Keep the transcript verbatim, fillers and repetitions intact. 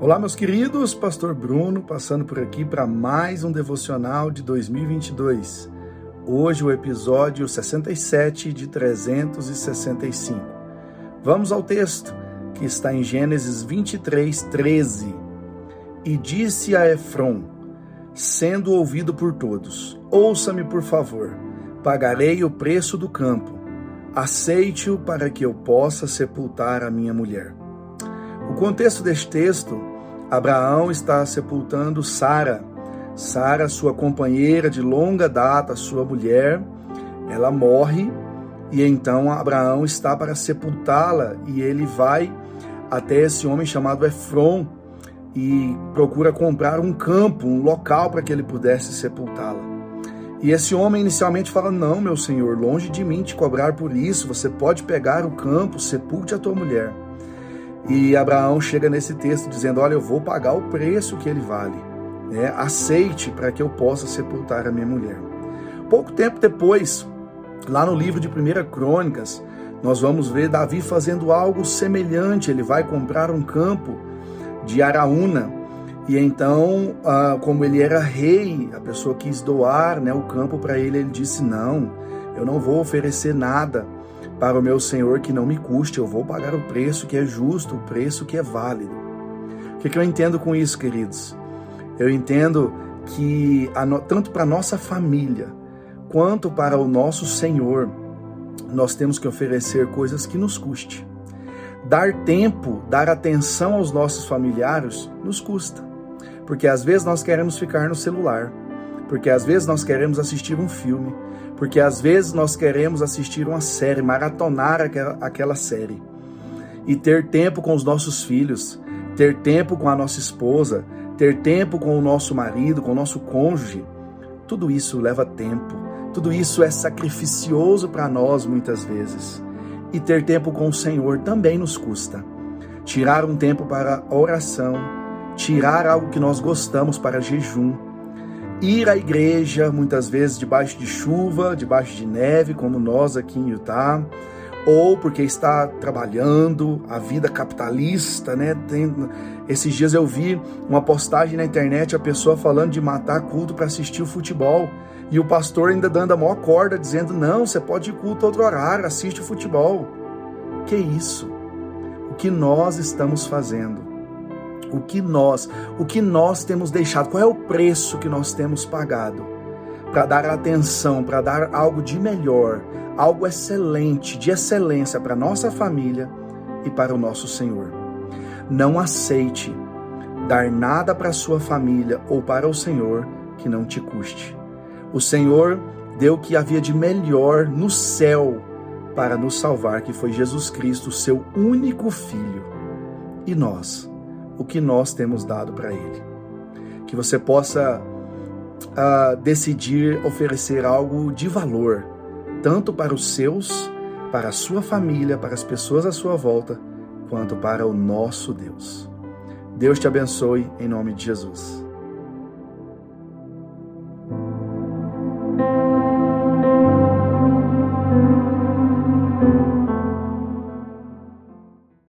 Olá, meus queridos, Pastor Bruno, passando por aqui para mais um devocional de dois mil e vinte e dois. Hoje o episódio sessenta e sete de trezentos e sessenta e cinco. Vamos ao texto que está em Gênesis vinte e três, treze. E disse a Efrom, sendo ouvido por todos: ouça-me, por favor, pagarei o preço do campo, aceite-o para que eu possa sepultar a minha mulher. O contexto deste texto: Abraão está sepultando Sara. Sara, sua companheira de longa data, sua mulher, ela morre e então Abraão está para sepultá-la e ele vai até esse homem chamado Efrom e procura comprar um campo, um local para que ele pudesse sepultá-la. E esse homem inicialmente fala: não, meu senhor, longe de mim te cobrar por isso, você pode pegar o campo, sepulte a tua mulher. E Abraão chega nesse texto dizendo: olha, eu vou pagar o preço que ele vale, né? Aceite para que eu possa sepultar a minha mulher. Pouco tempo depois, lá no livro de primeira Crônicas, nós vamos ver Davi fazendo algo semelhante. Ele vai comprar um campo de Araúna e então, como ele era rei, a pessoa quis doar, né, o campo para ele. Ele disse: não, eu não vou oferecer nada para o meu senhor que não me custe, eu vou pagar o preço que é justo, o preço que é válido. O que, que eu entendo com isso, queridos? Eu entendo que tanto para a nossa família, quanto para o nosso Senhor, nós temos que oferecer coisas que nos custe. Dar tempo, dar atenção aos nossos familiares nos custa. Porque às vezes nós queremos ficar no celular, porque às vezes nós queremos assistir um filme, porque às vezes nós queremos assistir uma série, maratonar aquela, aquela série. E ter tempo com os nossos filhos, ter tempo com a nossa esposa, ter tempo com o nosso marido, com o nosso cônjuge, tudo isso leva tempo, tudo isso é sacrificioso para nós muitas vezes. E ter tempo com o Senhor também nos custa. Tirar um tempo para oração, tirar algo que nós gostamos para jejum, ir à igreja, muitas vezes debaixo de chuva, debaixo de neve, como nós aqui em Utah, ou porque está trabalhando, a vida capitalista, né? Tem... Esses dias eu vi uma postagem na internet, a pessoa falando de matar culto para assistir o futebol, e o pastor ainda dando a maior corda, dizendo: não, você pode ir culto outro horário, assiste o futebol. Que isso? O que nós estamos fazendo? O que nós, o que nós temos deixado? Qual é o preço que nós temos pagado para dar atenção, para dar algo de melhor, algo excelente, de excelência para nossa família e para o nosso Senhor? Não aceite dar nada para a sua família ou para o Senhor que não te custe. O Senhor deu o que havia de melhor no céu para nos salvar, que foi Jesus Cristo, seu único Filho. E nós, o que nós temos dado para Ele? Que você possa uh, decidir oferecer algo de valor, tanto para os seus, para a sua família, para as pessoas à sua volta, quanto para o nosso Deus. Deus te abençoe em nome de Jesus.